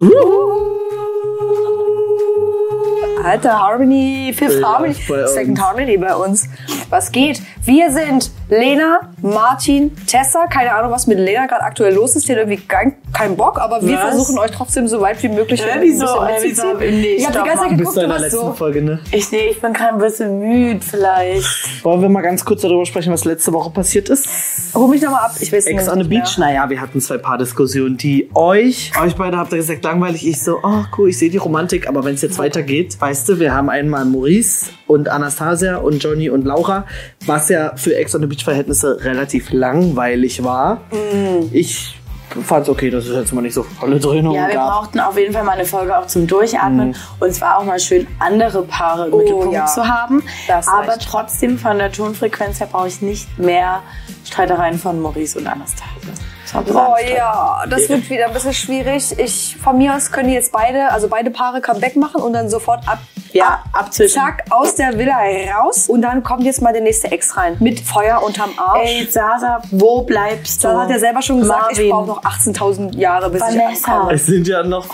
Alter, Harmony, Fifth Harmony, Second Harmony bei uns. Was geht? Wir sind Lena, Martin, Tessa. Keine Ahnung, was mit Lena gerade aktuell los ist. Die hat irgendwie keinen Bock, aber wir versuchen euch trotzdem so weit wie möglich wieso? Ich hab die ganze Zeit geguckt, du warst so. Folge, ne? Ich bin gerade ein bisschen müde vielleicht. Wollen wir mal ganz kurz darüber sprechen, was letzte Woche passiert ist? Hol mich nochmal ab. Ich weiß nicht. Ex on the Beach? Naja, wir hatten 2 Paardiskussionen, die euch beide habt ihr gesagt, langweilig. Ich so, oh cool, ich sehe die Romantik. Aber wenn es jetzt weitergeht, weißt du, wir haben einmal Maurice und Anastasia und Johnny und Laura, was ja für Ex on the Beach Verhältnisse relativ langweilig war. Ich fand's okay, dass es jetzt mal nicht so volle Dröhnungen gab. Ja, wir brauchten auf jeden Fall mal eine Folge auch zum Durchatmen. Und es war auch mal schön, andere Paare im Mittelpunkt zu haben. Aber trotzdem von der Tonfrequenz her brauche ich nicht mehr Streitereien von Maurice und Anastasia. Oh ja, das wird wieder ein bisschen schwierig. Von mir aus können die jetzt beide Paare Comeback machen und dann sofort abzwischen. Zack, aus der Villa raus. Und dann kommt jetzt mal der nächste Ex rein. Mit Feuer unterm Arsch. Ey, Sasa, wo bleibst du? Sasa hat ja selber schon gesagt, ich brauche noch 18.000 Jahre, bis ich ankomme. Es sind ja noch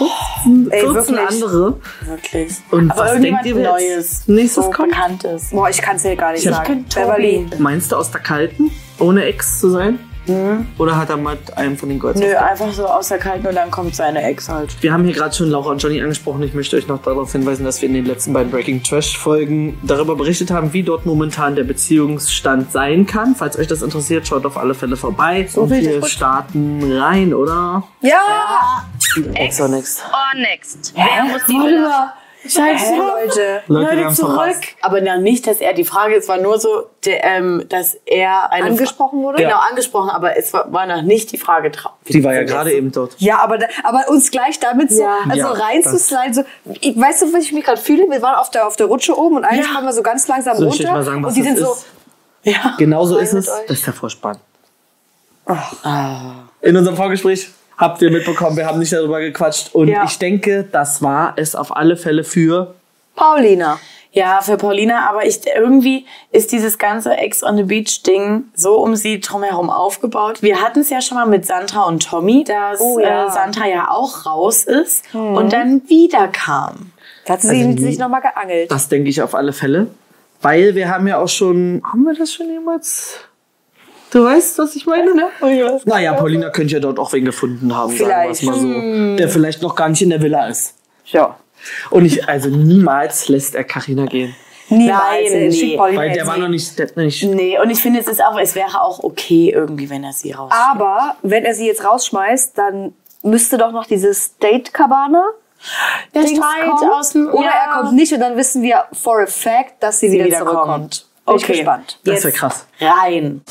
14 andere. Wirklich. Und aber was denkt ihr Neues, nächstes so Bekanntes? Boah, ich kann es dir gar nicht sagen. Beverly. Meinst du aus der Kalten, ohne Ex zu sein? Oder hat er mit einem von den Girls? Nö, einfach so aus der Kalten und dann kommt seine Ex halt. Wir haben hier gerade schon Laura und Johnny angesprochen. Ich möchte euch noch darauf hinweisen, dass wir in den letzten beiden Breaking Trash Folgen darüber berichtet haben, wie dort momentan der Beziehungsstand sein kann. Falls euch das interessiert, schaut auf alle Fälle vorbei. So, und wir starten rein, oder? Ja! Ex or Next. Or Next. Wer muss die Villa? Scheiße, Leute, wir haben zurück. Aber nicht, dass er, die Frage, es war nur so, dass er angesprochen wurde? Genau, angesprochen, aber es war noch nicht die Frage drauf. Die war ja gerade eben dort. Ja, aber uns gleich damit so, reinzusliden. So, weißt du, was ich mich gerade fühle? Wir waren auf der Rutsche oben und eigentlich kommen wir so ganz langsam runter. Ich mal sagen, was und die sind so. Ja. Genau so ist es. Das ist der Vorspann. In unserem Vorgespräch habt ihr mitbekommen, wir haben nicht darüber gequatscht. Und ich denke, das war es auf alle Fälle für Paulina. Ja, für Paulina, aber irgendwie ist dieses ganze Ex on the Beach Ding so um sie drumherum aufgebaut. Wir hatten es ja schon mal mit Sandra und Tommy, dass Sandra ja auch raus ist und dann wieder kam. Da hat sie sich nochmal geangelt. Das denke ich auf alle Fälle. Weil wir haben ja auch schon, haben wir das schon jemals? Du weißt, was ich meine, ne? Naja, Paulina könnte ja dort auch wen gefunden haben, sagen wir es mal so. Der vielleicht noch gar nicht in der Villa ist. Ja. Und niemals lässt er Carina gehen. Nein, weil der war noch nicht. Nee, und ich finde, es wäre auch okay irgendwie, wenn er sie rausschmeißt. Aber wenn er sie jetzt rausschmeißt, dann müsste doch noch dieses Date-Cabana der Streit aus dem... Oder er kommt nicht und dann wissen wir for a fact, dass sie wieder zurückkommt. Bin ich gespannt. Das wäre krass. Rein.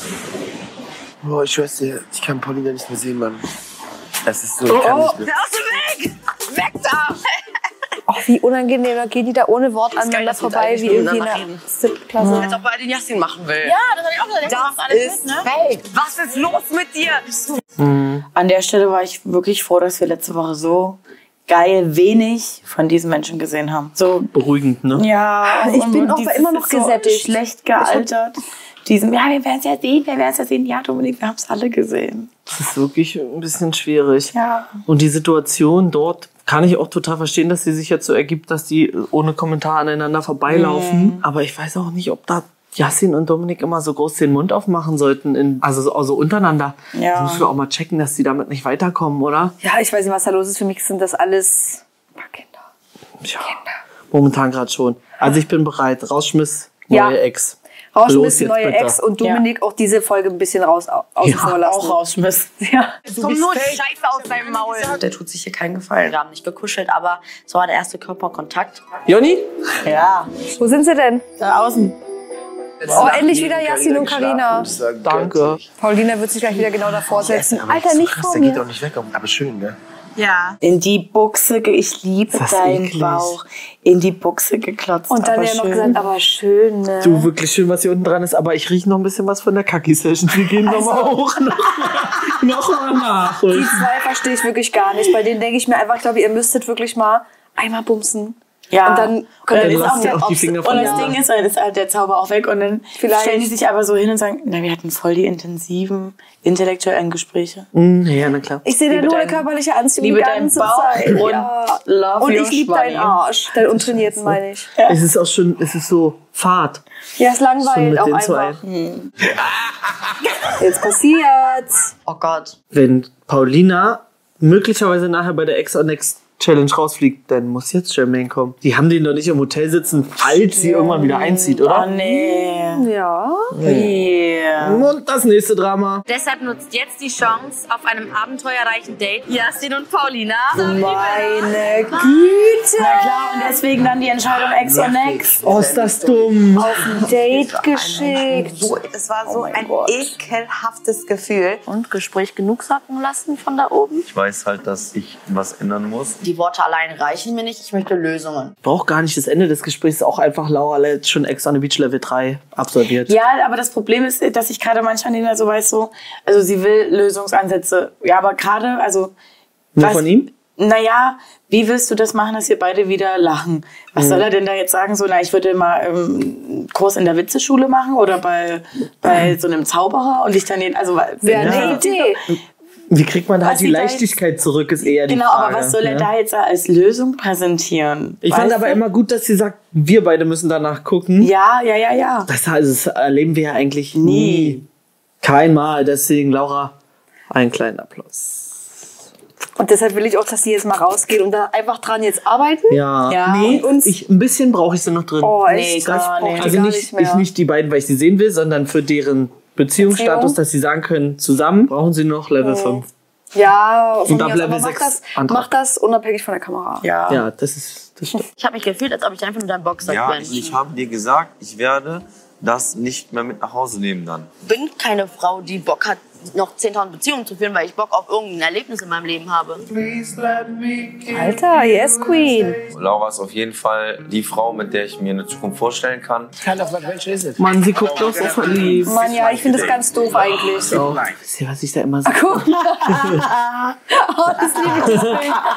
Boah, ich weiß dir, ich kann Paulina nicht mehr sehen, Mann. Es ist so, ich kann nicht mehr. Aus dem Weg! Weg da! Ach, wie unangenehm, da gehen die da ohne Wort aneinander vorbei, wie irgendwie in der Siebklasse. Als ob er den Yassin machen will. Ja, das hab ich auch gesagt. Das ist, mit, ne? Hey, was ist los mit dir? An der Stelle war ich wirklich froh, dass wir letzte Woche so geil wenig von diesen Menschen gesehen haben. So beruhigend, ne? Ja, ich bin auch immer noch gesättigt. So schlecht gealtert. Wir werden es ja sehen. Ja, Dominik, wir haben es alle gesehen. Das ist wirklich ein bisschen schwierig. Ja. Und die Situation dort kann ich auch total verstehen, dass sie sich jetzt so ergibt, dass die ohne Kommentar aneinander vorbeilaufen. Aber ich weiß auch nicht, ob da Yassin und Dominik immer so groß den Mund aufmachen sollten, also untereinander. Ja. Das müssen wir auch mal checken, dass die damit nicht weiterkommen, oder? Ja, ich weiß nicht, was da los ist. Für mich sind das alles Kinder. Ja, momentan gerade schon. Also ich bin bereit. Rausschmiss, neue Ex. Rausschmiss, neue Ex und Dominik auch diese Folge ein bisschen außen vor lassen. Auch Rausschmiss. Ja. Es kommt nur Scheiße aus deinem Maul. Der tut sich hier keinen Gefallen. Wir haben nicht gekuschelt, aber es war der erste Körperkontakt. Jonni? Ja. Wo sind sie denn? Da außen. Oh, endlich wieder Yassin und Carina. Danke. Paulina wird sich gleich wieder genau davor setzen. Alter, nicht vor mir. mir. Der geht auch nicht weg, aber schön, ne? Ja. In die Buchse, ich liebe deinen Bauch, in die Buchse geklotzt. Und dann ja noch gesagt, aber schön, ne? Du, wirklich schön, was hier unten dran ist, aber ich rieche noch ein bisschen was von der Kaki-Session. Wir gehen nochmal hoch, nochmal nach. Die zwei verstehe ich wirklich gar nicht. Bei denen denke ich mir einfach, ich glaube, ihr müsstet wirklich mal einmal bumsen. Ja. Und dann ist auch die Finger von und das Ding ist, dann ist halt der Zauber auch weg und dann stellen die sich aber so hin und sagen, na, wir hatten voll die intensiven intellektuellen Gespräche. Ja, na klar. Ich sehe da nur eine körperliche Anziehung die ganze Zeit. Und ja. Und ich liebe deinen Arsch. Deinen untrainierten, meine ich. Ja. Es ist auch schon, es ist so Fahrt. Ja, es langweilt auch einfach. Jetzt passiert's. Oh Gott. Wenn Paulina möglicherweise nachher bei der Ex on Next Challenge rausfliegt, dann muss jetzt Jermaine kommen. Die haben den doch nicht im Hotel sitzen, falls sie irgendwann wieder einzieht, oder? Oh nee. Ja. Yeah. Und das nächste Drama. Deshalb nutzt jetzt die Chance auf einem abenteuerreichen Date Yasin und Paulina. Meine Güte. Na klar, und deswegen dann die Entscheidung Ex on Next. Oh, ist das dumm. Auf ein Date geschickt. Es war so ein ekelhaftes Gefühl. Und Gespräch genug sacken lassen von da oben? Ich weiß halt, dass ich was ändern muss. Die Worte allein reichen mir nicht, ich möchte Lösungen. Braucht gar nicht das Ende des Gesprächs, auch einfach Laura hat schon Ex on the Beach Level 3 absolviert. Ja, aber das Problem ist, dass ich gerade manchmal nicht mehr so weiß, also sie will Lösungsansätze. Ja, aber gerade, also... Nur von ihm? Naja, wie willst du das machen, dass ihr beide wieder lachen? Was soll er denn da jetzt sagen? So, na, ich würde mal einen Kurs in der Witzeschule machen oder bei so einem Zauberer und ich dann also wäre eine Idee. Wie kriegt man da die Leichtigkeit zurück, ist eher die Frage. Genau, aber was soll er da jetzt als Lösung präsentieren? Ich fand aber immer gut, dass sie sagt, wir beide müssen danach gucken. Ja. Das erleben wir ja eigentlich nie. Kein Mal. Deswegen, Laura, einen kleinen Applaus. Und deshalb will ich auch, dass sie jetzt mal rausgeht und da einfach dran jetzt arbeiten. Ja. Nee, ein bisschen brauche ich sie noch drin. Oh, echt? Nee, gar nicht. Also nicht die beiden, weil ich sie sehen will, sondern für deren Beziehungsstatus, dass sie sagen können, zusammen brauchen sie noch Level 5. Ja, und ab Level 6 mach das unabhängig von der Kamera. Ja, das stimmt. Ich habe mich gefühlt, als ob ich einfach nur dein Boxer bin. Ich habe dir gesagt, ich werde das nicht mehr mit nach Hause nehmen dann. Ich bin keine Frau, die Bock hat, noch 10.000 Beziehungen zu führen, weil ich Bock auf irgendein Erlebnis in meinem Leben habe. Alter, yes, Queen. Laura ist auf jeden Fall die Frau, mit der ich mir eine Zukunft vorstellen kann. Mann, sie guckt doch so verliebt. Mann, ja, ich finde das ganz doof eigentlich. So. Wisst ihr, was ich da immer sage? Guck mal. Oh, das liebe ich. Das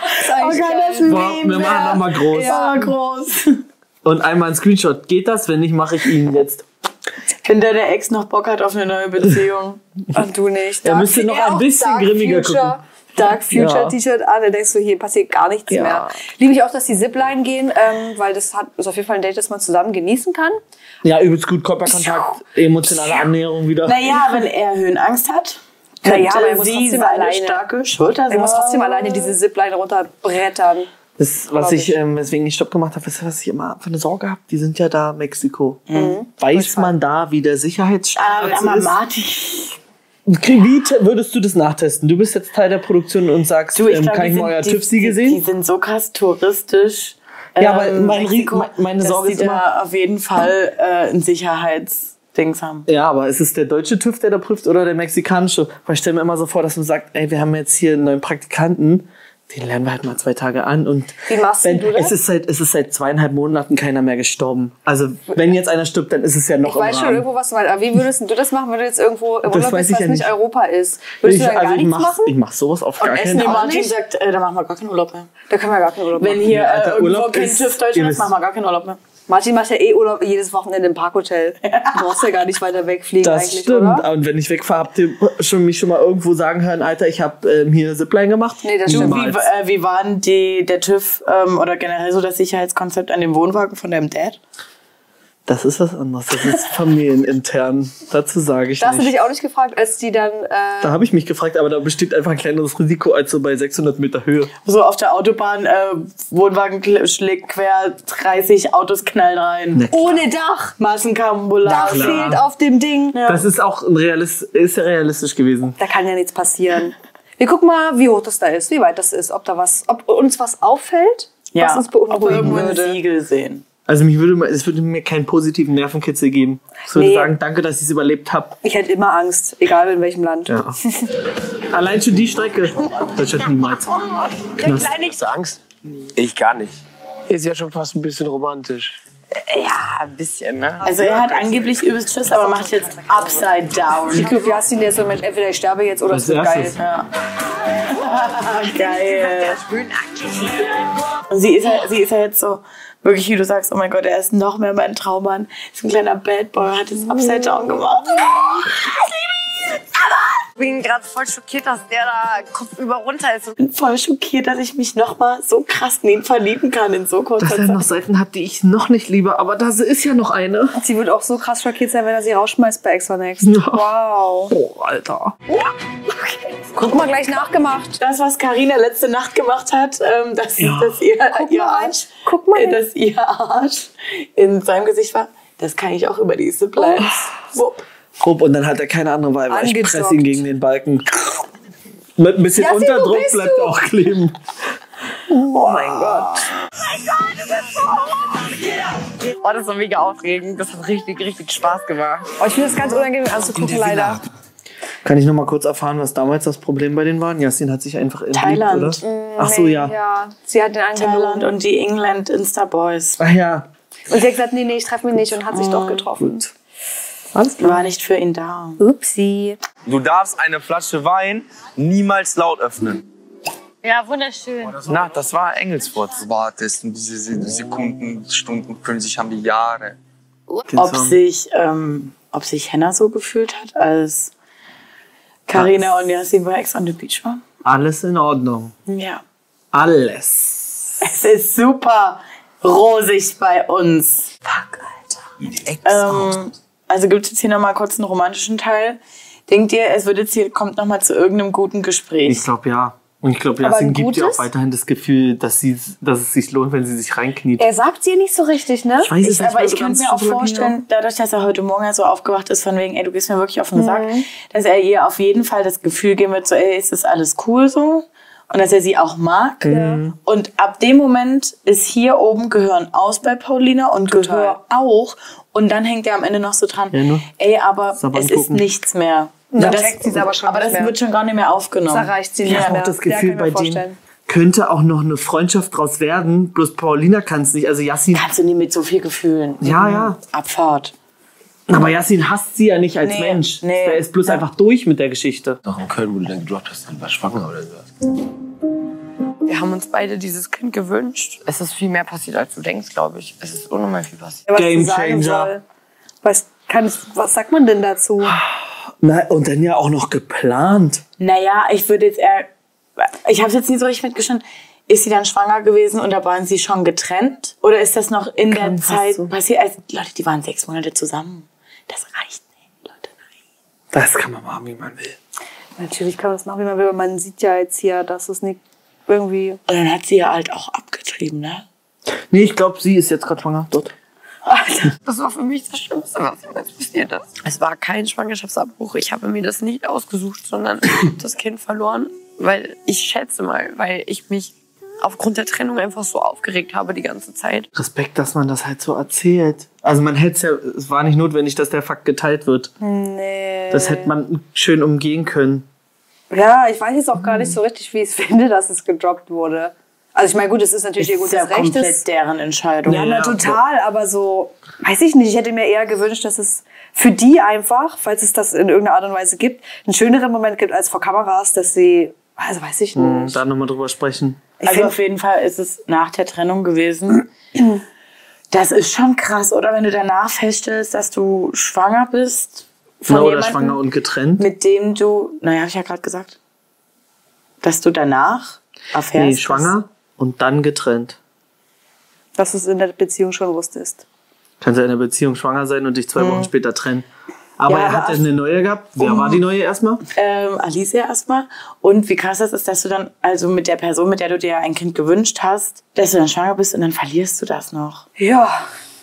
ist Wir machen nochmal groß. Ja, groß. Und einmal ein Screenshot. Geht das? Wenn nicht, mache ich ihn jetzt. Wenn der Ex noch Bock hat auf eine neue Beziehung. Und du nicht. Er müsste noch ein bisschen grimmiger gucken. Dark Future T-Shirt an, dann denkst du, hier passiert gar nichts mehr. Liebe ich auch, dass die Zipline gehen, weil das ist auf jeden Fall ein Date, das man zusammen genießen kann. Ja, übelst gut, Körperkontakt, emotionale Annäherung wieder. Naja, wenn er Höhenangst hat, aber er muss trotzdem alleine starke Schulter sein. Er muss trotzdem alleine diese Zipline runterbrettern. Das, weswegen ich Stopp gemacht habe, ist, was ich immer für eine Sorge habe. Die sind ja da, Mexiko. Weiß man da, wie der Sicherheitsstaat ist? Wie würdest du das nachtesten? Du bist jetzt Teil der Produktion und sagst, kann ich mal euer TÜV-Siegel sehen? Die sind so krass touristisch. Ja, aber meine Sorge ist immer, da auf jeden Fall ein Sicherheitsdings haben. Ja, aber ist es der deutsche TÜV, der da prüft, oder der mexikanische? Weil ich stelle mir immer so vor, dass man sagt, ey, wir haben jetzt hier einen neuen Praktikanten, den lernen wir halt mal 2 Tage an. Und wie machst du das? Es ist seit 2,5 Monaten keiner mehr gestorben. Also wenn jetzt einer stirbt, dann ist es ja noch im Rahmen. Ich weiß schon irgendwo, was du meinst. Aber wie würdest du das machen, wenn du jetzt irgendwo im Urlaub bist, was nicht Europa ist? Würdest du dann gar nichts machen? Ich mach sowas auf gar keinen Fall. Martin sagt, da machen wir gar keinen Urlaub mehr. Da können wir gar keinen Urlaub machen. Wenn hier irgendwo Urlaub kein TÜV Deutschland ist, machen wir gar keinen Urlaub mehr. Martin macht ja Urlaub jedes Wochenende im Parkhotel. Du brauchst ja gar nicht weiter wegfliegen das eigentlich, stimmt. oder? Und wenn ich wegfahre, habt ihr mich schon mal irgendwo sagen hören, Alter, ich habe hier Zipline gemacht? Nee, das stimmt. Wie war denn der TÜV oder generell so das Sicherheitskonzept an dem Wohnwagen von deinem Dad? Das ist was anderes. Das ist familienintern. Dazu sage ich da hast nicht. du dich auch nicht gefragt, als die dann... Da habe ich mich gefragt, aber da besteht einfach ein kleineres Risiko als so bei 600 Meter Höhe. So auf der Autobahn, Wohnwagen schlägt quer, 30 Autos knallen rein. Ohne Dach! Massenkarambolage. Dach fehlt auf dem Ding. Ja. Das ist auch ist ja realistisch gewesen. Da kann ja nichts passieren. Wir gucken mal, wie hoch das da ist, wie weit das ist, ob uns was auffällt, was uns beunruhigen irgendwo würde. ein Siegel sehen. Also es würde mir keinen positiven Nervenkitzel geben. Ich würde sagen, danke, dass ich es überlebt habe. Ich hätte immer Angst, egal in welchem Land. Ja. Allein schon die Strecke. Deutschland niemals. Knast. Hast du Angst? Ich gar nicht. Ist ja schon fast ein bisschen romantisch. Ja, ein bisschen, ne? Also er hat angeblich übelst Schiss, aber macht jetzt Upside Down. Ich glaube, Yasin, der ist so, Mensch, entweder ich sterbe jetzt oder es wird geil. erstes. Ja. Geil. Und sie ist ja jetzt so, wirklich, wie du sagst, oh mein Gott, er ist noch mehr mein Traummann. Ist ein kleiner Bad Boy, hat das Upside Down gemacht. Ich bin gerade voll schockiert, dass der da kopfüber runter ist. Ich bin voll schockiert, dass ich mich noch mal so krass in ihn verlieben kann in so kurzer Dass Zeit. er noch Seiten hat, die ich noch nicht liebe, aber da ist ja noch eine. Sie wird auch so krass schockiert sein, wenn er sie rausschmeißt bei Ex on Next. Ja. Wow. Oh, Alter. Guck mal, gleich nachgemacht. Das, was Carina letzte Nacht gemacht hat, dass ihr Arsch, Guck mal hin. dass ihr Arsch in seinem Gesicht war, das kann ich auch über die Ziplines. Wupp. Grob, und dann hat er keine andere Wahl, weil ich Angejoggt. presse ihn gegen den Balken. Mit ein bisschen Jassi, wo Unterdruck bist bleibt du? er auch kleben. Oh mein Gott. Oh, das war mega aufregend. Das hat richtig, richtig Spaß gemacht. Oh, ich finde das ganz unangenehm anzugucken, leider. Kann ich noch mal kurz erfahren, was damals das Problem bei denen war? Jasmin hat sich einfach entliebt, Thailand. oder? Ach so, ja. Ja, sie hat den Thailand angelogen. und die England Insta Boys. Ach ja. Und sie hat gesagt, nee, ich treffe mich nicht und hat sich doch getroffen. Alles klar. War nicht für ihn da. Upsi. Du darfst eine Flasche Wein niemals laut öffnen. Ja, wunderschön. Na, das war Engelsfurt. Du wartest und diese Sekunden, Stunden können sich haben wie Jahre. Ob sich Henna so gefühlt hat, als Carina und Yassin bei Ex on the Beach waren? Alles in Ordnung. Ja. Alles. Es ist super rosig bei uns. Fuck, Alter. Also gibt es jetzt hier nochmal kurz einen romantischen Teil. Denkt ihr, kommt nochmal zu irgendeinem guten Gespräch? Ich glaube, ja. Und ich glaube, Aber Jasmin ein gibt ihr auch gutes? weiterhin das Gefühl, dass es sich lohnt, wenn sie sich reinkniet. Er sagt sie nicht so richtig, ne? Ich weiß es nicht, Aber weil ich du könnte ganz mir auch so lange vorstellen, dadurch, dass er heute Morgen so aufgewacht ist, von wegen, ey, du gehst mir wirklich auf den Sack, dass er ihr auf jeden Fall das Gefühl geben wird, so, ey, ist das alles cool so? Und dass er sie auch mag. Und ab dem Moment ist hier oben Gehirn aus bei Paulina und Gehör auch. Und dann hängt er am Ende noch so dran, Ja, nur ey, aber Sabber es ist angucken. nichts mehr. Da Und checkt sie es aber schon aber nicht das mehr. wird schon gar nicht mehr aufgenommen. Das erreicht sie nicht Ich habe mehr. auch das Ja, Gefühl, kann ich mir bei denen vorstellen. könnte auch noch eine Freundschaft draus werden. Bloß Paulina kann es nicht. Also Jasmin, Kannst du nie mit so viel Gefühlen. ja. Abfahrt. Aber Jasmin hasst sie ja nicht als Nee, Mensch. nee. Der ist bloß einfach durch mit der Geschichte. Doch in Köln, wo du dann gedroppt hast, dann war schwanger oder so. Wir haben uns beide dieses Kind gewünscht. Es ist viel mehr passiert, als du denkst, glaube ich. Es ist unnormal viel passiert. Was Game sie sagen Changer. soll. Was sagt man denn dazu? Na, und dann ja auch noch geplant. Naja, ich würde jetzt eher... Ich habe es jetzt nie so richtig mitgeschnitten. Ist sie dann schwanger gewesen und da waren sie schon getrennt? Oder ist das noch in der Zeit passiert? Also, Leute, die waren 6 Monate zusammen. Das reicht nicht, Leute, nein. Das kann man machen, wie man will. Natürlich kann man das machen, wie man will. Man sieht ja jetzt hier, dass es nicht irgendwie... Und dann hat sie ja halt auch abgetrieben, ne? Nee, ich glaube, sie ist jetzt gerade schwanger dort. Das war für mich das Schlimmste, was mir jetzt passiert ist. Es war kein Schwangerschaftsabbruch. Ich habe mir das nicht ausgesucht, sondern das Kind verloren. Weil ich schätze mal, weil ich mich aufgrund der Trennung einfach so aufgeregt habe die ganze Zeit. Respekt, dass man das halt so erzählt. Also man hätte es ja, es war nicht notwendig, dass der Fakt geteilt wird. Nee. Das hätte man schön umgehen können. Ja, ich weiß jetzt auch gar nicht so richtig, wie ich es finde, dass es gedroppt wurde. Also ich meine, gut, es ist natürlich ihr Ist gutes ja Recht. komplett deren Entscheidung. Ja, na, total, aber so, weiß ich nicht. Ich hätte mir eher gewünscht, dass es für die einfach, falls es das in irgendeiner Art und Weise gibt, einen schöneren Moment gibt als vor Kameras, dass sie, also weiß ich nicht. Da nochmal drüber sprechen. Also auf jeden Fall ist es nach der Trennung gewesen. Das ist schon krass, oder? Wenn du danach feststellst, dass du schwanger bist. Von Oder jemandem, schwanger und getrennt. mit dem du, naja, habe ich ja gerade gesagt, dass du danach erfährst. Nee, schwanger und dann getrennt. Dass du es in der Beziehung schon wusstest. Kannst ja in einer Beziehung schwanger sein und dich 2 Wochen später trennen. Aber Ja, er hat aber ja eine neue gehabt. Wer war die neue erstmal? Alicia erstmal. Und wie krass das ist, dass du dann, also mit der Person, mit der du dir ein Kind gewünscht hast, dass du dann schwanger bist und dann verlierst du das noch. Ja.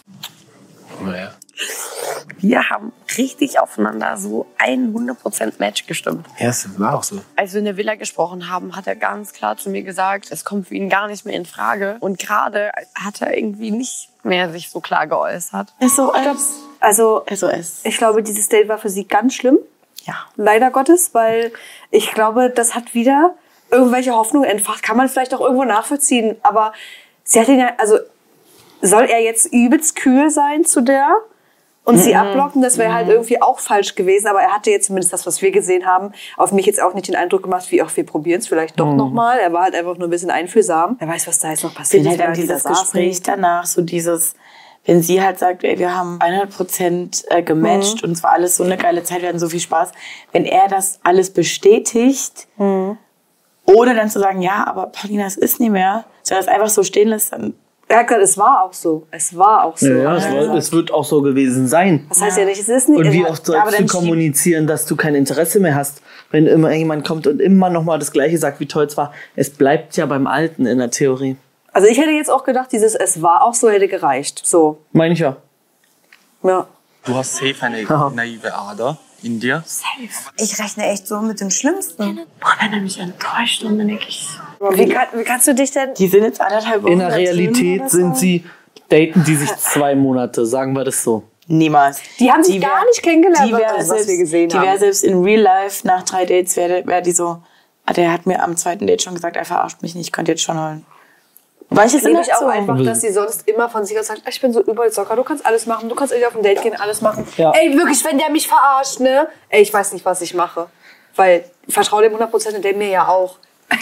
Naja. Wir haben richtig aufeinander so 100% Match gestimmt. Ja, das war auch so. Als wir in der Villa gesprochen haben, hat er ganz klar zu mir gesagt, es kommt für ihn gar nicht mehr in Frage. Und gerade hat er irgendwie nicht mehr sich so klar geäußert. SOS. Also, SOS. ich glaube, dieses Date war für sie ganz schlimm. Ja. Leider Gottes, weil ich glaube, das hat wieder irgendwelche Hoffnungen entfacht. Kann man vielleicht auch irgendwo nachvollziehen. Aber sie hat ihn ja, also soll er jetzt übelst kühl sein zu der? und sie abblocken, das wäre halt irgendwie auch falsch gewesen. Aber er hatte jetzt zumindest das, was wir gesehen haben, auf mich jetzt auch nicht den Eindruck gemacht, wie wir probieren es vielleicht doch nochmal. Er war halt einfach nur ein bisschen einfühlsam. Wer weiß, was da jetzt noch passiert ist. Dann dieses Gespräch danach, so dieses, wenn sie halt sagt, ey, wir haben 100% gematcht und es war alles so eine geile Zeit, wir hatten so viel Spaß. Wenn er das alles bestätigt, ohne dann zu sagen, ja, aber Paulina, es ist nicht mehr, sondern es einfach so stehen lässt, dann... Er hat gesagt, es war auch so. Es war auch so. Ja, es wird auch so gewesen sein. Das heißt ja nicht, es ist nicht... Und wie oft sollst du kommunizieren, dass du kein Interesse mehr hast, wenn immer jemand kommt und immer nochmal das Gleiche sagt, wie toll es war. Es bleibt ja beim Alten in der Theorie. Also ich hätte jetzt auch gedacht, dieses es war auch so hätte gereicht. So. Meine ich ja. Ja. Du hast safe eine naive Ader in dir. Safe. Ich rechne echt so mit dem Schlimmsten. Boah, wenn er mich enttäuscht, dann bin ich... Wie kannst du dich denn... Die sind jetzt 1,5 Wochen In der Realität daten die sich 2 Monate, sagen wir das so. Niemals. Die haben sich gar nicht kennengelernt, was wir gesehen haben. Die wäre selbst in Real Life nach 3 Dates, wäre die so, der hat mir am 2. Date schon gesagt, er verarscht mich nicht, ich könnte jetzt schon heulen. Weil ich liebe ich auch einfach, dass sie sonst immer von sich aus sagt, ich bin so Überzocker, du kannst alles machen, du kannst auf ein Date gehen, alles machen. Ja. Ey, wirklich, wenn der mich verarscht, ne? Ey, ich weiß nicht, was ich mache. Weil ich vertraue dem 100% und der mir ja auch.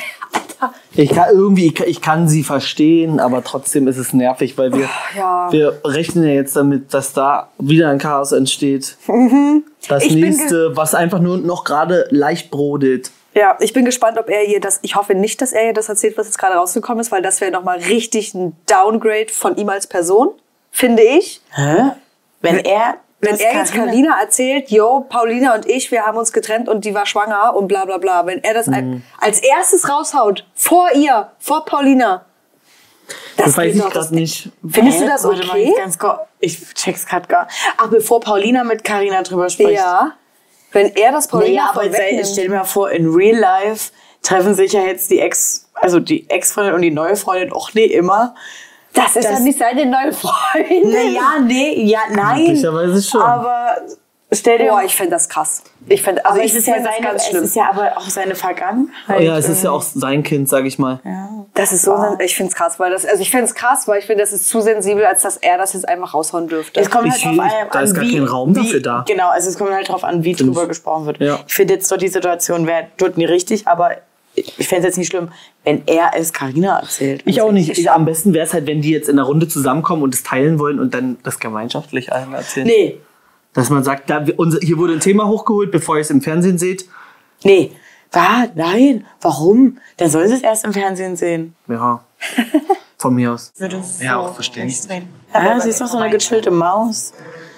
Ich kann sie verstehen, aber trotzdem ist es nervig, weil wir rechnen ja jetzt damit, dass da wieder ein Chaos entsteht. Das nächste, was einfach nur noch gerade leicht brodelt. Ja, ich bin gespannt, ob er ihr das, ich hoffe nicht, dass er ihr das erzählt, was jetzt gerade rausgekommen ist, weil das wäre nochmal richtig ein Downgrade von ihm als Person, finde ich. Hä? Wenn er jetzt Carina erzählt, yo, Paulina und ich, wir haben uns getrennt und die war schwanger und bla bla bla. Wenn er das als erstes raushaut, vor ihr, vor Paulina. Das weiß ich gerade nicht. Findest du das okay? Ich check's gerade gar. Ach, bevor Paulina mit Carina drüber spricht. Ja. Wenn er das Paulina stell dir mal vor, in Real Life treffen sich ja jetzt die Ex-Freundin und die neue Freundin auch immer. Das ist ja nicht seine neue Freundin. Nein. Möglicherweise schon. Aber stell dir vor, ich finde das krass. Es ist ja aber auch seine Vergangenheit. Oh ja, es ist ja auch sein Kind, sag ich mal. Ja. Das ist so, ich finde es krass, weil ich finde das ist zu sensibel, als dass er das jetzt einfach raushauen dürfte. Es kommt halt drauf an, da ist gar kein Raum dafür da. Genau, also es kommt halt drauf an, wie drüber gesprochen wird. Ja. Ich finde jetzt dort die Situation wäre dort nie richtig, aber ich fände es jetzt nicht schlimm, wenn er es Carina erzählt. Ich auch nicht. Am besten wäre es halt, wenn die jetzt in der Runde zusammenkommen und es teilen wollen und dann das gemeinschaftlich allen erzählen. Nee. Dass man sagt, hier wurde ein Thema hochgeholt, bevor ihr es im Fernsehen seht. Nee. Nein. Warum? Dann soll sie es erst im Fernsehen sehen. Ja. Von mir aus. Ja, auch verständlich. Ja, sie ist doch so eine gechillte Maus.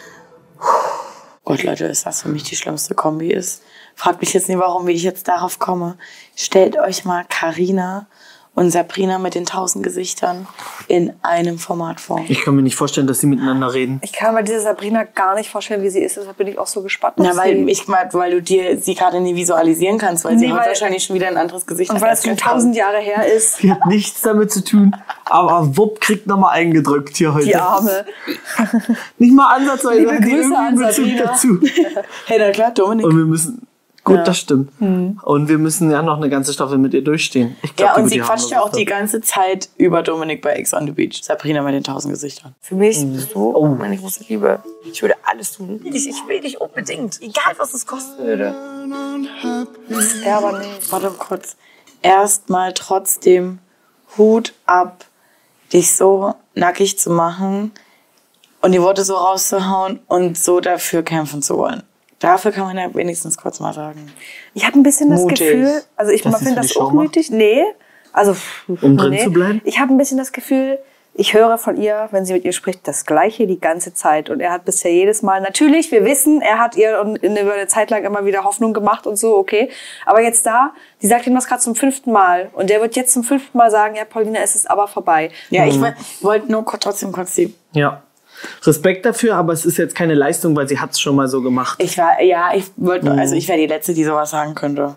Gott, Leute, ist das für mich die schlimmste Kombi ist. Fragt mich jetzt nicht, wie ich jetzt darauf komme. Stellt euch mal Carina und Sabrina mit den 1000 Gesichtern in einem Format vor. Ich kann mir nicht vorstellen, dass sie miteinander reden. Ich kann mir diese Sabrina gar nicht vorstellen, wie sie ist. Deshalb bin ich auch so gespannt. Weil du dir sie gerade nie visualisieren kannst, weil sie wahrscheinlich schon wieder ein anderes Gesicht hat. Und weil es schon 1000 Jahre her ist. Sie hat nichts damit zu tun. Aber Wupp kriegt nochmal eingedrückt hier heute. Die Arme. Nicht mal ansatzweise. Liebe Grüße an Sabrina. Dazu. Hey, na klar, Dominik. Und wir müssen... Gut, das stimmt. Und wir müssen ja noch eine ganze Staffel mit ihr durchstehen. Und sie quatscht ja auch die ganze Zeit über Dominik bei Ex on the Beach. Sabrina mit den 1000 Gesichtern. Für mich bist du meine große Liebe. Ich würde alles tun. Ich will dich unbedingt. Egal, was es kosten würde. Ja, aber nicht. Warte kurz. Erstmal trotzdem Hut ab, dich so nackig zu machen und die Worte so rauszuhauen und so dafür kämpfen zu wollen. Dafür kann man ja wenigstens kurz mal sagen. Ich habe ein bisschen das Gefühl, also ich finde das auch mutig. Nee, also um drin zu bleiben. Ich habe ein bisschen das Gefühl, ich höre von ihr, wenn sie mit ihr spricht, das Gleiche die ganze Zeit. Und er hat bisher jedes Mal, natürlich, wir wissen, er hat ihr über eine Zeit lang immer wieder Hoffnung gemacht und so, okay. Aber jetzt die sagt ihm das gerade zum 5. Mal. Und der wird jetzt zum 5. Mal sagen, ja, Paulina, es ist aber vorbei. Ja, ich wollte nur trotzdem kurz die... Ja. Respekt dafür, aber es ist jetzt keine Leistung, weil sie hat es schon mal so gemacht. Ich wäre die Letzte, die sowas sagen könnte.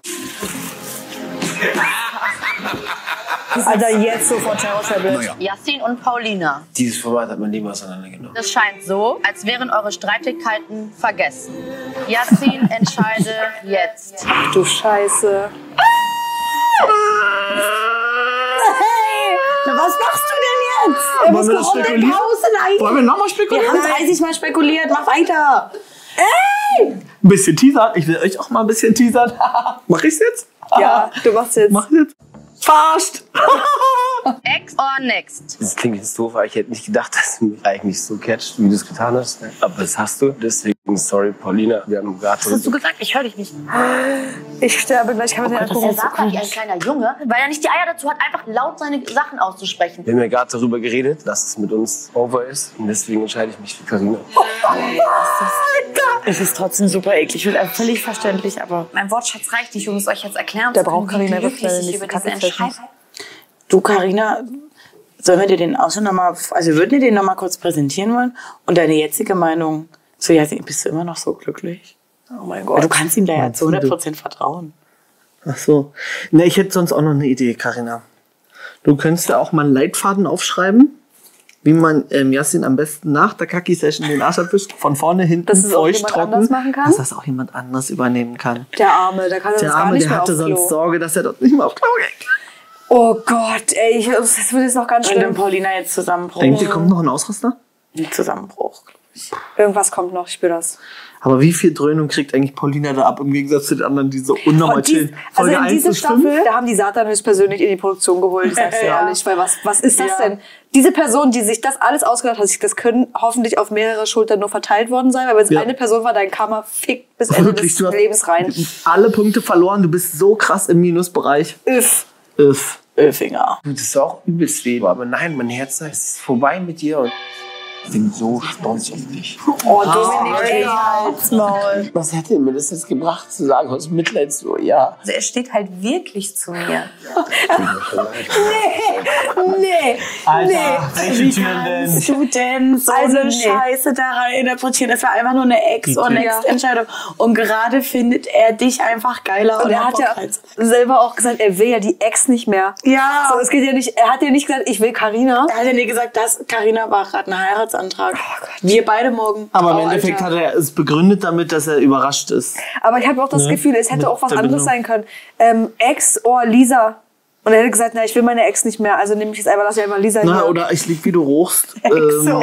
Also jetzt sofort Terror-Tablet. Yassin und Paulina. Dieses Format hat man nie mal auseinandergenommen. Es scheint so, als wären eure Streitigkeiten vergessen. Yassin, entscheide jetzt. Ach du Scheiße. Hey, was machst du denn jetzt? Wollen wir das spekulieren? Wollen wir nochmal spekulieren? Wir haben 30 Mal spekuliert. Mach weiter. Ein bisschen teasern. Ich will euch auch mal ein bisschen teasern. Mach ich's jetzt? Ja, du machst jetzt. Mach jetzt. Verarscht. Ex or next? Das klingt jetzt doof, aber ich hätte nicht gedacht, dass du mich eigentlich so catcht, wie du es getan hast. Aber das hast du. Deswegen, sorry, Paulina. Wir haben gerade... Was hast du gesagt? Ich höre dich nicht. Ich sterbe gleich. Kann man Er sagt wie ein kleiner Junge, weil er nicht die Eier dazu hat, einfach laut seine Sachen auszusprechen. Wir haben ja gerade darüber geredet, dass es mit uns over ist. Und deswegen entscheide ich mich für Carina. Es ist trotzdem super eklig. Völlig verständlich, aber... Mein Wortschatz reicht nicht, um es euch jetzt erklären Der zu können, braucht Carina wie wirklich glücklich ich nicht über Kaffee diese Entscheidung. Du, Carina, sollen wir dir den auch schon nochmal... Also wir würden dir den nochmal kurz präsentieren wollen. Und deine jetzige Meinung zu Yasin, bist du immer noch so glücklich? Oh mein Weil Gott. du kannst ihm da ja zu 100% vertrauen. Ach so. Ne, ich hätte sonst auch noch eine Idee, Carina. Du könntest ja auch mal einen Leitfaden aufschreiben, wie man Yasin am besten nach der Kaki-Session den Arsch abwischt, von vorne, hinten, Dass es auch feucht, jemand trocken, anders machen kann? dass das auch jemand anders übernehmen kann. Der Arme, der kann das Der gar Arme, nicht der mehr hatte aufs Klo. sonst Sorge, dass er dort nicht mehr auf Klo geht. Oh Gott, ey, das wird jetzt noch ganz Und dann schlimm. Paulina jetzt Zusammenbruch. Denkt ihr, kommt noch ein Ausraster? Ein Zusammenbruch, glaube ich. Irgendwas kommt noch, ich spüre das. Aber wie viel Dröhnung kriegt eigentlich Paulina da ab, im Gegensatz zu den anderen, die so unnormal chillen? Also in 1 dieser bis 5? Staffel, da haben die Satan höchstpersönlich in die Produktion geholt, ich sag's dir ehrlich. Weil was ist das denn? Diese Person, die sich das alles ausgedacht hat, das können hoffentlich auf mehrere Schultern nur verteilt worden sein, weil wenn es eine Person war, dein Karma fickt bis Ende Wirklich, des du hast Lebens rein. alle Punkte verloren, du bist so krass im Minusbereich. Öff. Öfinger. Das ist auch übelst weh. Aber nein, mein Herz sagt, es ist vorbei mit dir. Und ich bin so stolz auf dich. Oh, Dominik, Halsmaul. Was hätte mir das jetzt gebracht, zu sagen, aus Mitleid so, ja. Also er steht halt wirklich zu mir. nee. Alter, welche Türen denn? Du denn so Also, eine nee. Scheiße da rein interpretieren? Das war einfach nur eine Ex- oder Next-Entscheidung. Und gerade findet er dich einfach geiler. Und er hat ja selber auch gesagt, er will ja die Ex nicht mehr. Ja. So, es geht ja nicht, er hat ja nicht gesagt, ich will Carina. Er hat ja nie gesagt, dass Carina war gerade ein Heiratsantrag. Wir beide morgen. Aber im Endeffekt hat er es begründet damit, dass er überrascht ist. Aber ich habe auch das Gefühl, es hätte auch was anderes Verbindung. sein können. Ex oder Lisa. Und er hätte gesagt, na, ich will meine Ex nicht mehr, also nehme ich jetzt einfach, lass ich einfach Lisa Na, hier. oder ich lieg, wie du rochst. Ex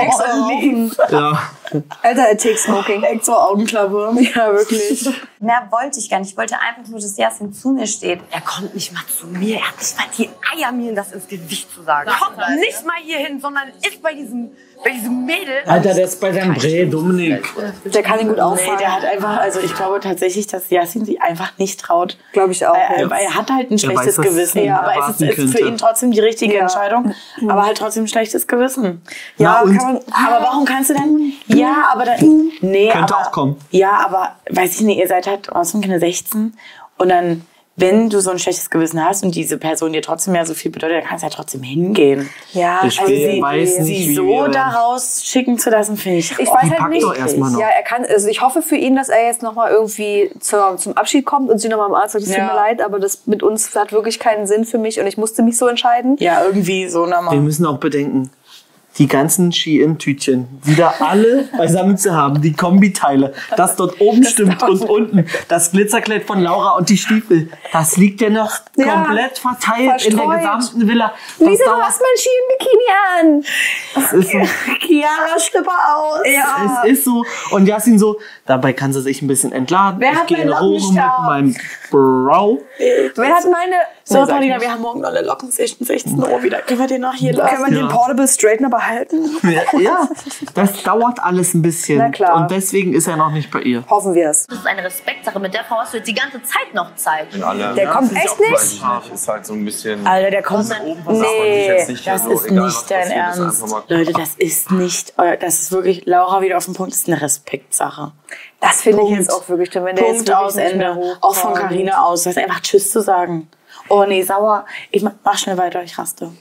und Ja. Alter, er takes smoking. Ex zur Augenklappe. Ja, wirklich. Mehr wollte ich gar nicht. Ich wollte einfach nur, dass Yasin zu mir steht. Er kommt nicht mal zu mir. Er hat nicht mal die Eier, mir das ins Gesicht zu sagen. Er kommt nicht mal hier hin, sondern ist bei diesem Mädel. Alter, der ist bei seinem Dreh, Dominik. Der kann ihn gut Nee, auffangen. der hat einfach, also ich glaube tatsächlich, dass Yasin sich einfach nicht traut. Glaube ich auch. Weil er hat halt ein schlechtes weiß, was Gewissen. ihn Aber es erwarten ist für könnte. ihn trotzdem die richtige Entscheidung. Aber halt trotzdem ein schlechtes Gewissen. Ja, und- kann man. Aber warum kannst du denn? Ja, aber dann. Nee, Könnte aber, auch kommen. Ja, aber weiß ich nicht, ihr seid halt trotzdem keine 16. Und dann, wenn du so ein schlechtes Gewissen hast und diese Person dir trotzdem ja so viel bedeutet, dann kannst du ja trotzdem hingehen. Ja, Ich also weiß nicht, Sie wie so wir- da rausschicken zu lassen, finde ich. ich weiß halt pack nicht. doch erst mal noch. Ja, er kann. Also ich hoffe für ihn, dass er jetzt noch mal irgendwie zum Abschied kommt und sie noch mal am Arzt sagt, es tut mir leid, aber das mit uns hat wirklich keinen Sinn für mich und ich musste mich so entscheiden. Ja, irgendwie so normal. Wir müssen auch bedenken, die ganzen Ski-In-Tütchen wieder alle beisammen zu haben, die Kombiteile, das dort oben stimmt und unten, das Glitzerkleid von Laura und die Stiefel, das liegt ja noch komplett verteilt in der verstreut. gesamten Villa. Das Lisa, du dauert- hast mein Ski-Bikini an. das ist so, Chiara, Schlipper aus. Ja. es ist so. Und Yasin so, dabei kann sie sich ein bisschen entladen. Wer ich hat gehe in meinen Ruhe mit Lockenstab? meinem Bro. Wer hat meine... So, Paulina, wir haben morgen noch eine Lockensession, 16 Uhr wieder. Können wir den noch hier lassen? Können wir den Portable Straightener behalten? Ja, das dauert alles ein bisschen. Na klar. Und deswegen ist er noch nicht bei ihr. Hoffen wir es. Das ist eine Respektsache. Mit der Frau hast du jetzt die ganze Zeit noch Zeit. Der kommt echt nicht? Ist halt so ein bisschen. Alter, der kommt. Nee, Das ist nicht dein Ernst. Leute, das ist nicht euer. Das ist wirklich, Laura wieder auf den Punkt, das ist eine Respektsache. das finde ich Punkt. jetzt auch wirklich, wenn der jetzt Punkt wirklich aus nicht mehr Ende. hochkommt. Auch von Carina aus. Das ist einfach Tschüss zu sagen. Oh nee, sauer. Ich mach schnell weiter, ich raste.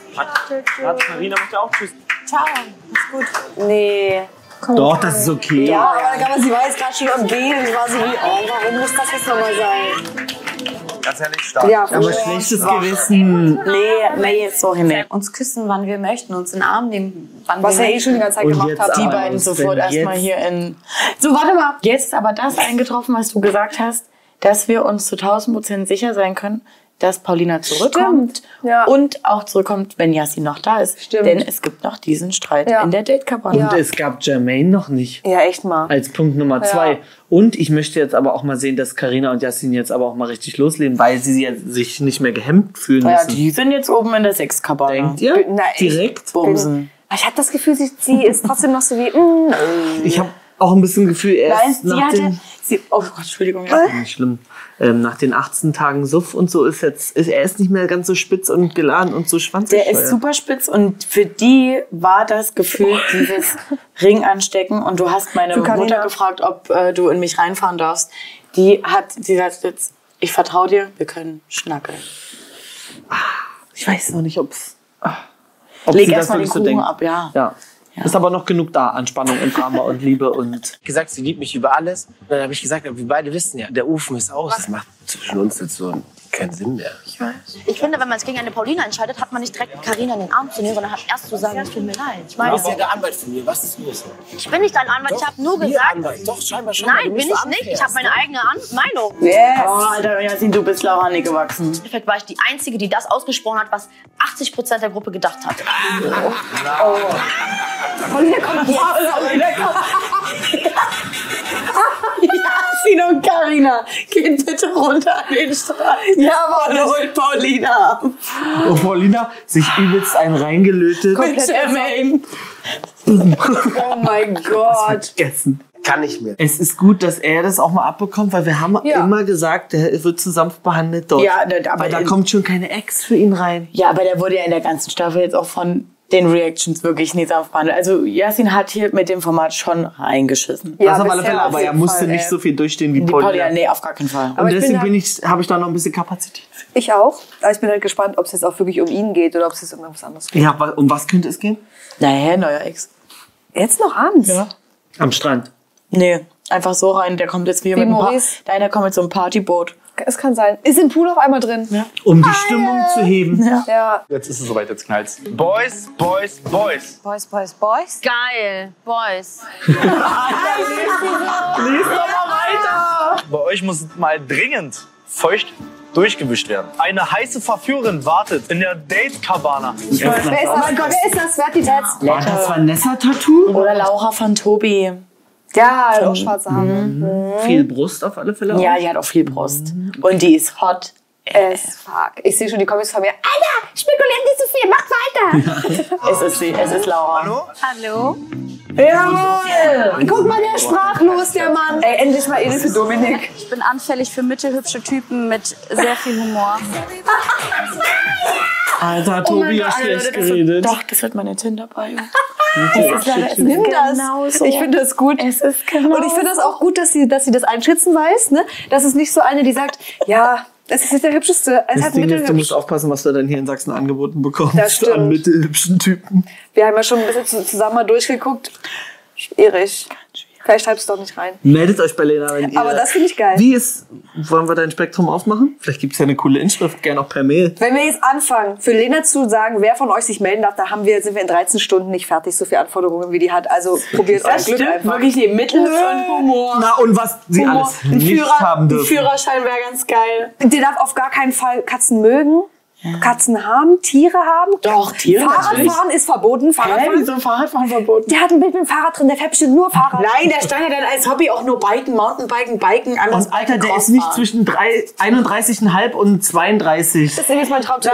Carina macht ja auch Tschüss. Ciao, ist gut. Nee. Doch, das ist okay. Ja, aber sie war jetzt gerade schon am Gehen und ich war so wie, oh, warum muss das jetzt nochmal sein? Ganz ehrlich, stark. Ja, Aber schlechtes Gewissen. Nee, sorry, nee. Uns küssen, wann wir möchten, uns in den Arm nehmen, wann was wir er eh möchten. schon die ganze Zeit Und gemacht jetzt hat. Die aber beiden was sofort denn erstmal jetzt? hier in... So, warte mal. Jetzt ist aber das eingetroffen, was du gesagt hast, dass wir uns zu 1000% sicher sein können. dass Paulina zurückkommt und auch zurückkommt, wenn Yassin noch da ist. Stimmt. Denn es gibt noch diesen Streit in der Date-Cabana. Und es gab Jermaine noch nicht. Ja, echt mal. Als Punkt Nummer 2. Und ich möchte jetzt aber auch mal sehen, dass Carina und Yassin jetzt aber auch mal richtig losleben, weil sie sich nicht mehr gehemmt fühlen Ja, müssen. die sind jetzt oben in der Sexkabane. Denkt ihr? Na, Direkt? Bumsen. Ich habe das Gefühl, sie ist trotzdem noch so wie... Ich habe auch ein bisschen Gefühl, oh Gott, Entschuldigung. nicht schlimm. Nach den 18 Tagen Suff und so er ist nicht mehr ganz so spitz und geladen und so schwanzig. Der ist super spitz und für die war das Gefühl dieses Ring anstecken und du hast meine Mutter gefragt, ob du in mich reinfahren darfst. Die sagt jetzt, ich vertraue dir, wir können schnackeln. Ich weiß noch nicht, ob Leg erstmal den Kuchen ab, ja. Ist aber noch genug da an Spannung und Drama und Liebe und... gesagt, sie liebt mich über alles. Und dann habe ich gesagt, wir beide wissen ja, der Ofen ist aus. Das macht zwischen uns jetzt so keinen Sinn mehr. Ich weiß. Ich finde, wenn man es gegen eine Paulina entscheidet, hat man nicht direkt Carina in den Arm zu nehmen, sondern hat erst zu sagen, es tut mir leid. Ich meine, Du bist ja der Anwalt von mir. Was ist los? ich bin nicht dein Anwalt, ich habe nur gesagt... Anwalt. Doch, scheinbar schon. Nein, bin ich nicht. Ich habe meine eigene Meinung. Yes. Oh, Alter, Yassin, du bist Laura nicht gewachsen. Im Endeffekt war ich die Einzige, die das ausgesprochen hat, was 80% der Gruppe gedacht hat. Paulina kommt Yassin und Carina, geht bitte runter an den Strand. Ja, aber holt Paulina ab. Und Paulina sich übelst einen reingelötet. Mit Jermaine. Oh mein Gott. Vergessen. Kann nicht mehr. Es ist gut, dass er das auch mal abbekommt, weil wir haben immer gesagt, der wird zu sanft behandelt dort. Ja, aber weil da kommt schon keine Ex für ihn rein. Ja, aber der wurde ja in der ganzen Staffel jetzt auch von den Reactions wirklich nicht sanft behandelt. Also Yassin hat hier mit dem Format schon reingeschissen. Ja, das auf alle Fälle, aber er musste nicht so viel durchstehen wie Paulina. Nee, auf gar keinen Fall. Und deswegen habe ich da noch ein bisschen Kapazität. Ich auch. Aber ich bin halt gespannt, ob es jetzt auch wirklich um ihn geht oder ob es jetzt um was anderes geht. Ja, um was könnte es gehen? Naja, neuer Ex. Jetzt noch abends? Ja. Am Strand. Nee, einfach so rein. Der kommt jetzt wie mit Maurice. Deiner kommt mit so einem Partyboot. Es kann sein. Ist im Pool auf einmal drin. Ja. Um die Stimmung zu heben. Ja. Jetzt ist es soweit, jetzt knallt's. Boys, Boys, Boys. Boys, Boys, Boys. Geil. Boys. Lies doch mal weiter. Bei euch muss mal dringend feucht durchgewischt werden. Eine heiße Verführerin wartet in der Date-Cabana. Wer ist das? Wer hat die Tats? War das Vanessa-Tattoo? Oder Laura von Tobi. Ja, auch schwarze Haare. Viel Brust auf alle Fälle. Ja, die hat auch viel Brust. Und die ist hot. Fuck. Ich sehe schon die Comics von mir. Alter, spekuliert nicht so viel, macht weiter. Es ist sie, es ist Laura. Hallo? Hallo. Jawohl. Guck mal, der ist sprachlos, der Mann. Ey, endlich mal Edel für Dominik. Ich bin anfällig für mittelhübsche Typen mit sehr viel Humor. Alter, Tobi hat schlecht geredet. Doch, das wird meine Tinder-Bio. Nimm das. Ich finde das gut. Es ist genau Und ich finde das auch gut, dass sie das einschätzen weiß. Ne? Das ist nicht so eine, die sagt, ja, das ist jetzt der hübscheste. Das Ding ist, du musst aufpassen, was du dann hier in Sachsen angeboten bekommst. Das stimmt. An mittelhübschen Typen. Wir haben ja schon ein bisschen zusammen mal durchgeguckt. Schwierig. Vielleicht schreibst du doch nicht rein. Meldet euch bei Lena, wenn ihr... Aber das finde ich geil. Wollen wir dein Spektrum aufmachen? Vielleicht gibt es ja eine coole Inschrift, gerne auch per Mail. Wenn wir jetzt anfangen, für Lena zu sagen, wer von euch sich melden darf, da sind wir in 13 Stunden nicht fertig, so viele Anforderungen, wie die hat. Also probiert euer Glück einfach. Wirklich die mittelhübsch und Humor. Na, und was sie Humor. alles nicht haben dürfen. Ein Führerschein wäre ganz geil. Der darf auf gar keinen Fall Katzen mögen. Katzen haben, Tiere haben. Doch, Tiere Fahrradfahren ist verboten. Wieso Fahrradfahren verboten? Der hat ein Bild mit dem Fahrrad drin, der fährt bestimmt nur Fahrrad. Nein, der stand ja dann als Hobby auch nur Biken, Mountainbiken, anders. Und Alter, der ist nicht zwischen 31,5 und 32. Das ist jetzt mein Traumtyp.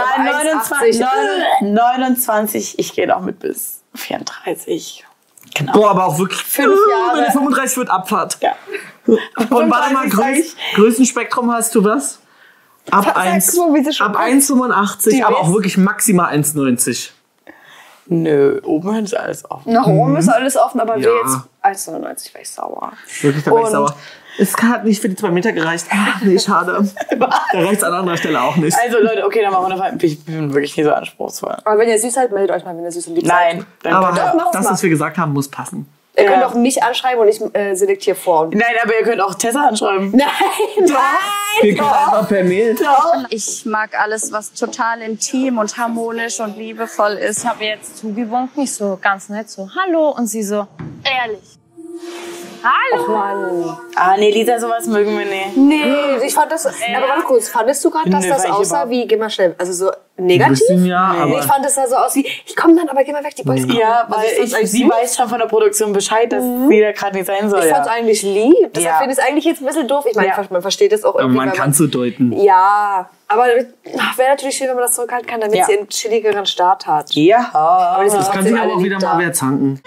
29, ich gehe auch mit bis 34. Genau. Boah, aber auch wirklich 5 Jahre. Wenn der 35 wird, Abfahrt. Ja. Und warte mal, Größenspektrum hast du was? Ab 1,85, aber auch wirklich maximal 1,90. Nö, oben ist alles offen. Nach oben ist alles offen, aber wir jetzt 1,99 wäre ich sauer. Wirklich, da wäre ich sauer. Es hat nicht für die 2 Meter gereicht. Ach, nee, schade. Da reicht es an anderer Stelle auch nicht. Also Leute, okay, dann machen wir eine. Ich bin wirklich nicht so anspruchsvoll. Aber wenn ihr süß seid, meldet euch mal, wenn ihr süß und lieb seid. Nein. Aber das, was wir gesagt haben, muss passen. Ihr könnt auch mich anschreiben und ich selektiere vor. Nein, aber ihr könnt auch Tessa anschreiben. Nein, Wir können einfach per Mail. Ich mag alles, was total intim und harmonisch und liebevoll ist. Ich habe jetzt zugewunken, ich so ganz nett so, hallo. Und sie so, ehrlich. Hallo. Och Mann. Ah, nee, Lisa, sowas mögen wir nicht. Nee, ich fand das... Aber ganz kurz, fandest du gerade, dass Nee, das war ich aussah wie... Geh mal schnell. Also so negativ? Bisschen, ja, aber Ich fand, das sah so aus wie... Ich komm dann, aber geh mal weg, die Boys kommen. Ja, Also weil fand's eigentlich sie gut. weiß schon von der Produktion Bescheid, dass sie da gerade nicht sein soll. Ich fand's eigentlich lieb. Deshalb Ja. finde ich es eigentlich jetzt ein bisschen doof. Ich meine, man versteht das auch aber irgendwie. man wenn kann so deuten. Ja, aber wäre natürlich schön, wenn man das zurückhalten kann, damit sie einen chilligeren Start hat. Ja. Aber Das kann sich aber auch wieder mal wer zanken.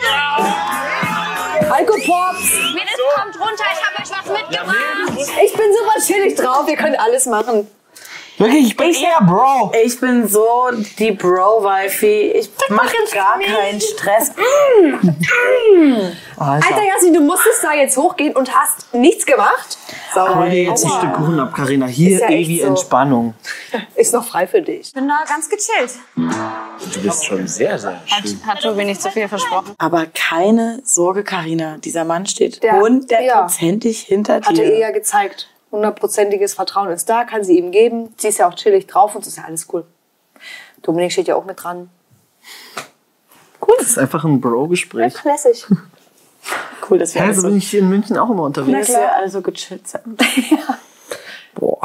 Alkopops! Mädels, kommt runter, ich habe euch was mitgebracht. Ich bin super chillig drauf, ihr könnt alles machen. Wirklich, ich bin eher Bro. Ich bin so die Bro-Wifey. Ich mache gar keinen Stress. Alter Jasmin, du musstest da jetzt hochgehen und hast nichts gemacht. Hol dir jetzt ein Stück Kuchen ab, Carina. Hier Ist ja echt ewig so. Entspannung. Ist noch frei für dich. Ich bin da ganz gechillt. Du bist schon sehr, sehr schön. Hat Tobi nicht zu viel versprochen. Aber keine Sorge, Carina. Dieser Mann steht Ja. hundertprozentig hinter Hatte ihr dir. ja gezeigt. 100%iges Vertrauen ist da, kann sie ihm geben. Sie ist ja auch chillig drauf und so ist ja alles cool. Dominik steht ja auch mit dran. Das ist einfach ein Bro-Gespräch. Classic. Cool, dass wir Ja, alle so so, bin ich in München auch immer unterwegs. dass wir alle so gechillt sind. Boah.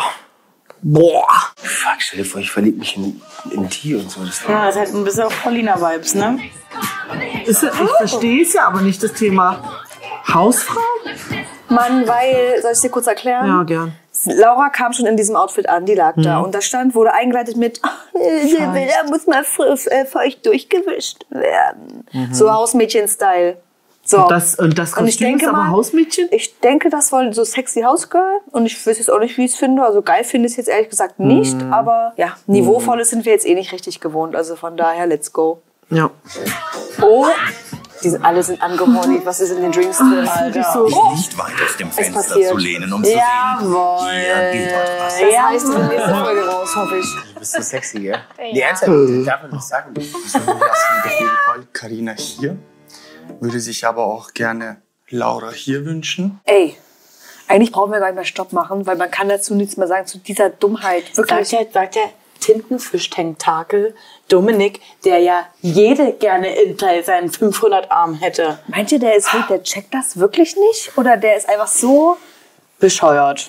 Fuck, stell dir vor, ich verliebe mich in die und so. Das Ja, das ist halt ein bisschen auch Paulina-Vibes, ne? Ich verstehe es ja, aber nicht das Thema Hausfrau. Mann, weil, soll ich dir kurz erklären? Ja, gern. Laura kam schon in diesem Outfit an, die lag da. Und da wurde eingeleitet mit, der Villa muss mal feucht durchgewischt werden. So Hausmädchen-Style. So. Und das Und ich Kostüm denke ist aber mal, Hausmädchen? Ich denke, das war so sexy Housegirl. Und ich weiß jetzt auch nicht, wie ich es finde. Also geil finde ich es jetzt ehrlich gesagt nicht. Aber ja, Niveauvolles sind wir jetzt eh nicht richtig gewohnt. Also von daher, let's go. Ja. Oh, alle sind angehornt. Was ist in den Drinks drin? Alter. Nicht weit aus dem Fenster passiert. zu lehnen, um zu sehen, hier geht heute was. Das heißt, in der nächsten Folge raus, hoffe ich. Du bist so sexy, gell? Die ernsthaft, darf man nicht sagen. So im ersten Fall Carina hier. Würde sich aber auch gerne Laura hier wünschen. Ey, eigentlich brauchen wir gar nicht mehr Stopp machen, weil man kann dazu nichts mehr sagen, zu dieser Dummheit. Wirklich. Sagt der Tintenfisch-Tentakel Dominik, der ja jede gerne in seinen 500 Armen hätte. Meint ihr, der ist ruhig, der checkt das wirklich nicht? Oder der ist einfach so bescheuert?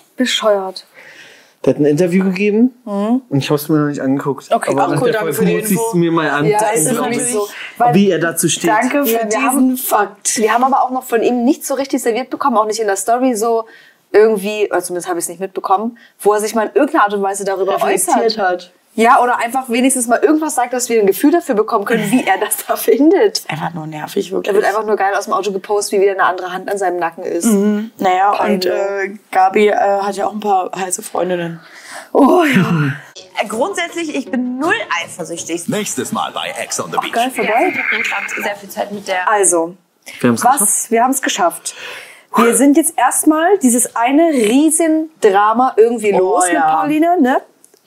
Der hat ein Interview gegeben und ich habe es mir noch nicht angeguckt. Okay, aber nach cool, der danke Folge für die muss ich es Info. mir mal an. Ja, dann ist glaub natürlich ich, so. wie er dazu steht. Danke für Ja, wir diesen haben- Fakt. Wir haben aber auch noch von ihm nicht so richtig serviert bekommen, auch nicht in der Story so irgendwie, oder zumindest habe ich es nicht mitbekommen, wo er sich mal in irgendeiner Art und Weise darüber äußert. hat. Ja, oder einfach wenigstens mal irgendwas sagt, dass wir ein Gefühl dafür bekommen können, wie er das da findet. Einfach nur nervig, Da wirklich. wird einfach nur geil aus dem Auto gepostet, wie wieder eine andere Hand an seinem Nacken ist. Naja, und Peinlich. Gabi hat ja auch ein paar heiße Freundinnen. Oh ja. Grundsätzlich, ich bin null eifersüchtig. Nächstes Mal bei Ex on the Beach. Geil, vorbei. Ich habe gerade sehr viel Zeit mit der... Also, Wir haben's geschafft. wir haben es geschafft. Wir sind jetzt erstmal dieses eine Riesendrama irgendwie los mit ja. Pauline, ne?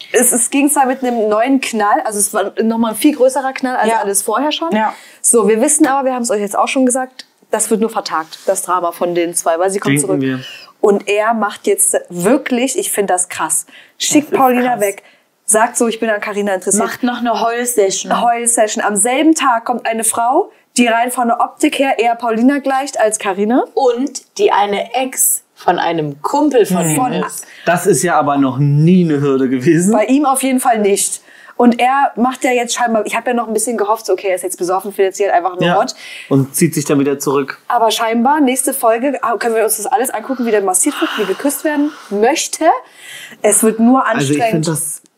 Es ging zwar mit einem neuen Knall, also es war nochmal ein viel größerer Knall als Ja. alles vorher schon. Ja. So, wir wissen aber, wir haben es euch jetzt auch schon gesagt, das wird nur vertagt, das Drama von den zwei, weil sie kommt Denken zurück. wir. Und er macht jetzt wirklich, ich finde das krass, schickt Paulina weg, sagt so, ich bin an Carina interessiert. Macht noch eine Heul-Session. Heul-Session. Am selben Tag kommt eine Frau, die rein von der Optik her eher Paulina gleicht als Carina. Und die eine Ex von einem Kumpel von ihm ist. Das ist ja aber noch nie eine Hürde gewesen. Bei ihm auf jeden Fall nicht. Und er macht ja jetzt scheinbar, ich habe ja noch ein bisschen gehofft, so, okay, er ist jetzt besoffen, findet sie halt einfach nur hot. Und zieht sich dann wieder zurück. Aber scheinbar, nächste Folge können wir uns das alles angucken, wie der massiert wird, wie geküsst werden möchte. Es wird nur Also ich anstrengend. finde das,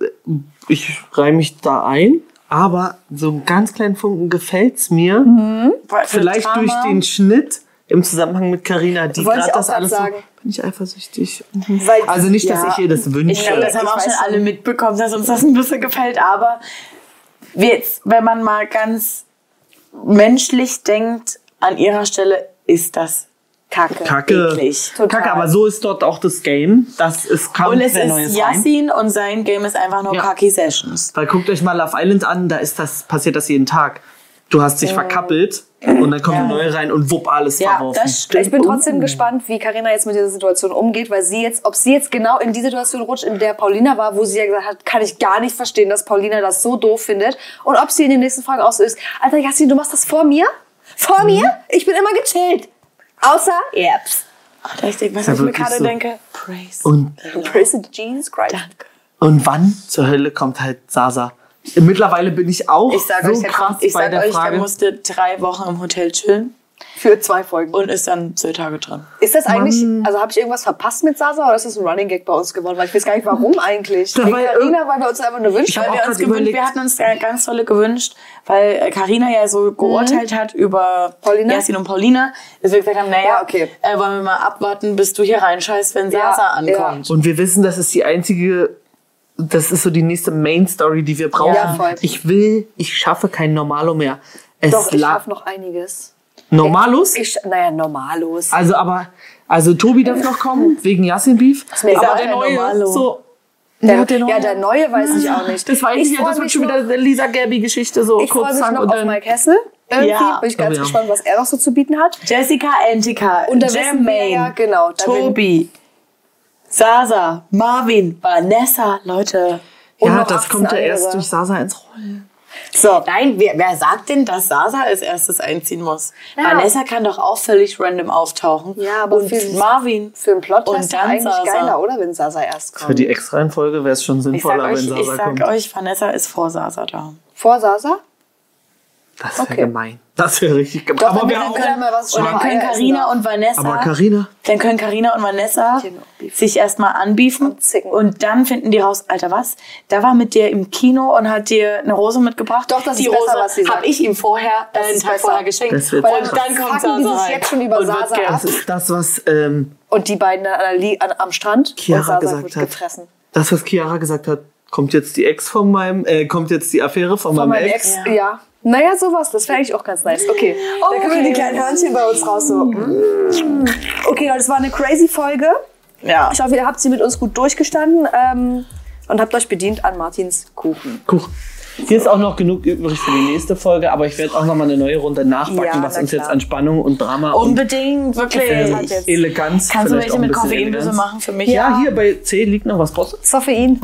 ich reihe mich da ein, aber so einen ganz kleinen Funken gefällt's mir. Vielleicht Drama. durch den Schnitt im Zusammenhang mit Carina, die Wollte ich gerade auch das grad alles sagen. so, bin ich eifersüchtig. Weil- Also nicht, dass ja. ich ihr das wünsche. Ich glaube, das haben Ich auch weiß schon schon. alle mitbekommen, dass uns das ein bisschen gefällt. Aber jetzt, wenn man mal ganz menschlich denkt, an ihrer Stelle ist das Kacke. Kacke. eklig. Kacke, aber so ist dort auch das Game. Das ist kaum Und es sehr ist Neues rein. Yassin und sein Game ist einfach nur Ja. Kaki Sessions. Weil guckt euch mal Love Island an, da ist das, passiert das jeden Tag. Du hast dich verkappelt und dann kommt eine neue rein und wupp, alles Ja, verworfen. das stimmt. Ich bin trotzdem gespannt, wie Carina jetzt mit dieser Situation umgeht, weil ob sie jetzt genau in die Situation rutscht, in der Paulina war, wo sie ja gesagt hat, kann ich gar nicht verstehen, dass Paulina das so doof findet. Und ob sie in den nächsten Fragen auch so ist, Alter Yassin, du machst das vor mir? Vor mir? Ich bin immer gechillt. Außer, Was ich mir gerade denke? Praise Jesus Christ. Danke. Und wann zur Hölle kommt halt Sasa? Mittlerweile bin ich auch so krass bei der Frage. Der musste 3 Wochen im Hotel chillen. Für 2 Folgen. Und ist dann 2 Tage dran. Ist das eigentlich, also habe ich irgendwas verpasst mit Sasa oder ist das ein Running Gag bei uns geworden? Weil ich weiß gar nicht, warum eigentlich. Wegen Carina, weil wir uns einfach nur wünschen. Wir hatten uns ganz tolle gewünscht, weil Carina ja so geurteilt hat über Yasin und Paulina. Dass wir gesagt haben, wollen wir mal abwarten, bis du hier reinscheißt, wenn Sasa ankommt. Und wir wissen, das ist die einzige... Das ist so die nächste Main-Story, die wir brauchen. Ja, voll. Ich schaffe kein Normalo mehr. Ich schaffe noch einiges. Normalos? Normalos. Also Tobi darf noch kommen, wegen Yasin-Beef. Aber der Neue, so... Der Neue weiß ich auch nicht. Das weiß ich nicht, das wird schon wieder eine Lisa-Gabi-Geschichte. So ich freue mich noch auf Mike Hessel. Irgendwie bin ich ganz gespannt, was er noch so zu bieten hat. Jessica Antika, und Jermaine, Tobi, Sasa, Marvin, Vanessa, Leute. Ja, das kommt ja erst durch Sasa ins Rollen. So. Nein, wer sagt denn, dass Sasa als erstes einziehen muss? Ja. Vanessa kann doch auch völlig random auftauchen. Ja, aber und Marvin für den Plot und ist dann eigentlich Sasa. Geiler, oder? Wenn Sasa erst kommt. Für die Extra-Reihenfolge wäre es schon sinnvoller, wenn Sasa kommt. Ich sag euch, Vanessa ist vor Sasa da. Vor Sasa? Das wäre gemein. Das wäre richtig gemein. Doch, aber wir auch. Und dann können Carina und Vanessa. Aber Carina? Dann können Carina und Vanessa sich erstmal anbiefen. Und dann finden die raus, Alter, was? Da war mit dir im Kino und hat dir eine Rose mitgebracht. Doch, das die ist Rose besser, was sie sagt. habe ich ihm vorher einen Tag vorher geschenkt. Das wird und dann kommt Sasa rein. Jetzt schon über Sasa ab. Das ist das, was und die beiden dann am Strand Chiara gesagt hat. Gefressen. Das, was Chiara gesagt hat, kommt jetzt die kommt jetzt die Affäre von meinem Ex? Ja. Naja, sowas, das wäre eigentlich auch ganz nice. Okay, da können wir die kleinen Hörnchen bei uns raus. So. Okay, Leute, das war eine crazy Folge. Ja. Ich hoffe, ihr habt sie mit uns gut durchgestanden und habt euch bedient an Martins Kuchen. Hier ist auch noch genug übrig für die nächste Folge, aber ich werde auch noch mal eine neue Runde nachbacken, was uns jetzt an Spannung und Drama unbedingt, wirklich. und Eleganz. Kannst du welche mit Koffeinböse machen für mich? Ja, hier bei C liegt noch was Großes. Koffein.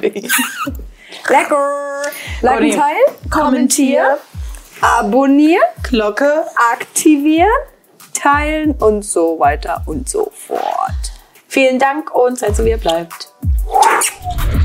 Lecker! Like und teilen, kommentieren, abonnieren, Glocke aktivieren, teilen und so weiter und so fort. Vielen Dank und seid so wie ihr bleibt.